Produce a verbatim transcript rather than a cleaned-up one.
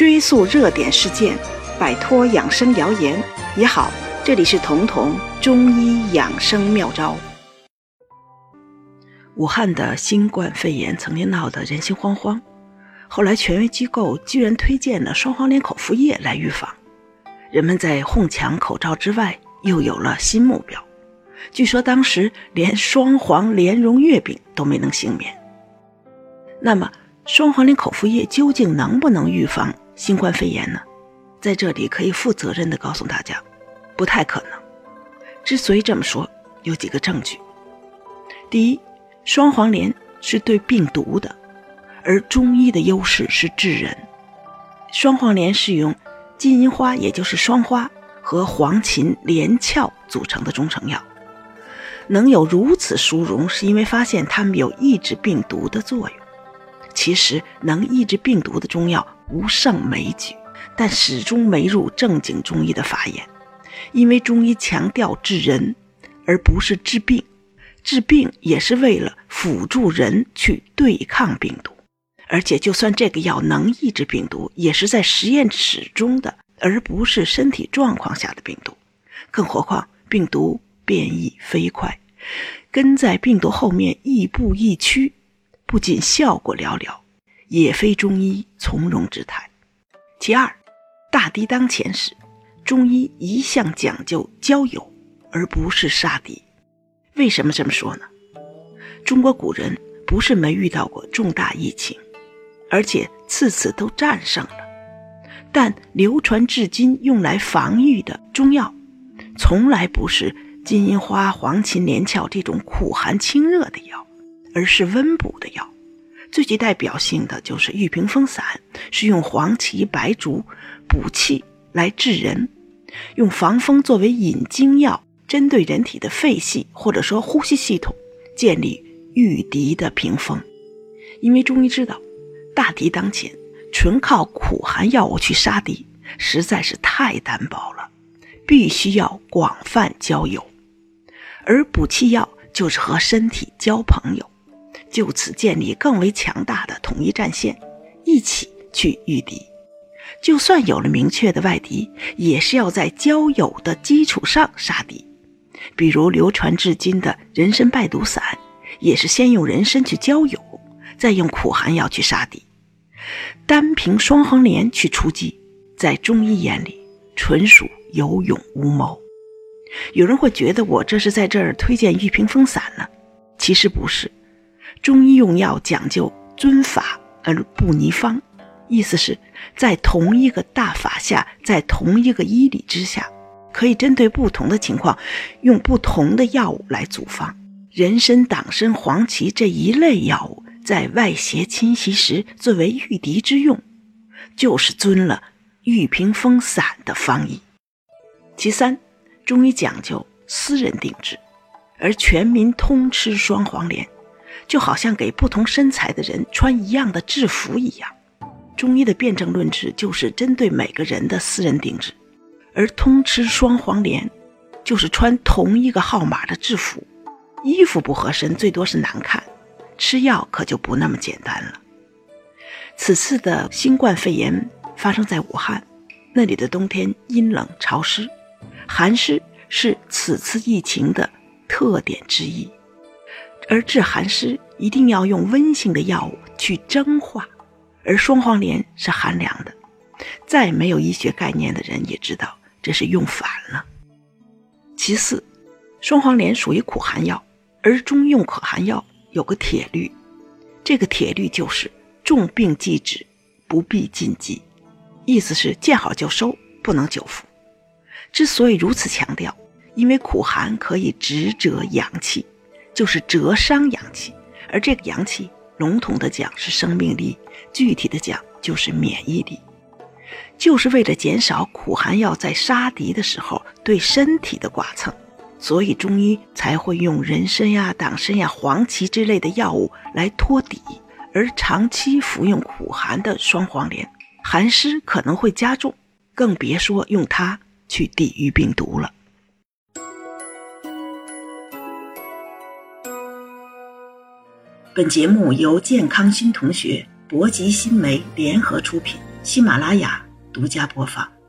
追溯热点事件，摆脱养生谣言也好。这里是彤彤中医养生妙招。武汉的新冠肺炎曾经闹得人心惶惶，后来权威机构居然推荐了双黄连口服液来预防，人们在哄抢口罩之外又有了新目标。据说当时连双黄莲蓉月饼都没能幸免。那么双黄连口服液究竟能不能预防新冠肺炎呢？在这里可以负责任地告诉大家，不太可能。之所以这么说，有几个证据。第一，双黄连是对病毒的，而中医的优势是治人。双黄连是用金银花，也就是双花和黄芩、连翘组成的中成药，能有如此殊荣，是因为发现它们有抑制病毒的作用。其实能抑制病毒的中药不胜枚举，但始终没入正经中医的法眼，因为中医强调治人而不是治病，治病也是为了辅助人去对抗病毒，而且就算这个药能抑制病毒，也是在实验室中的，而不是身体状况下的病毒。更何况病毒变异飞快，跟在病毒后面亦步亦趋，不仅效果寥寥，也非中医从容之态。其二，大敌当前时，中医一向讲究交友，而不是杀敌。为什么这么说呢？中国古人不是没遇到过重大疫情，而且次次都战胜了，但流传至今用来防御的中药，从来不是金银花、黄芩、连翘这种苦寒清热的药，而是温补的药。最具代表性的就是玉屏风散，是用黄芪、白术补气来治人，用防风作为引经药，针对人体的肺系或者说呼吸系统建立御敌的屏风。因为中医知道大敌当前，纯靠苦寒药物去杀敌实在是太单薄了，必须要广泛交友，而补气药就是和身体交朋友，就此建立更为强大的统一战线，一起去御敌。就算有了明确的外敌，也是要在交友的基础上杀敌。比如流传至今的人参败毒散，也是先用人参去交友，再用苦寒药去杀敌。单凭双黄连去出击，在中医眼里纯属有勇无谋。有人会觉得我这是在这儿推荐玉屏风散呢，其实不是。中医用药讲究遵法而不拟方，意思是在同一个大法下，在同一个医理之下，可以针对不同的情况用不同的药物来组方。人参、党参、黄芪这一类药物在外邪侵袭时作为御敌之用，就是遵了玉屏风散的方义。其三，中医讲究私人定制，而全民通吃双黄连，就好像给不同身材的人穿一样的制服一样。中医的辩证论治就是针对每个人的私人定制，而通吃双黄连就是穿同一个号码的制服，衣服不合身最多是难看，吃药可就不那么简单了。此次的新冠肺炎发生在武汉，那里的冬天阴冷潮湿，寒湿是此次疫情的特点之一，而治寒湿一定要用温性的药物去蒸化，而双黄连是寒凉的，再没有医学概念的人也知道这是用反了。其次，双黄连属于苦寒药，而中用苦寒药有个铁律，这个铁律就是重病忌止，不必禁忌，意思是见好就收，不能久服。之所以如此强调，因为苦寒可以直折阳气，就是折伤阳气，而这个阳气笼统的讲是生命力，具体的讲就是免疫力。就是为了减少苦寒药在杀敌的时候对身体的剐蹭，所以中医才会用人参呀、党参呀、黄芪之类的药物来托底，而长期服用苦寒的双黄连，寒湿可能会加重，更别说用它去抵御病毒了。本节目由健康新同学、博吉新媒联合出品， 喜马拉雅独家播放。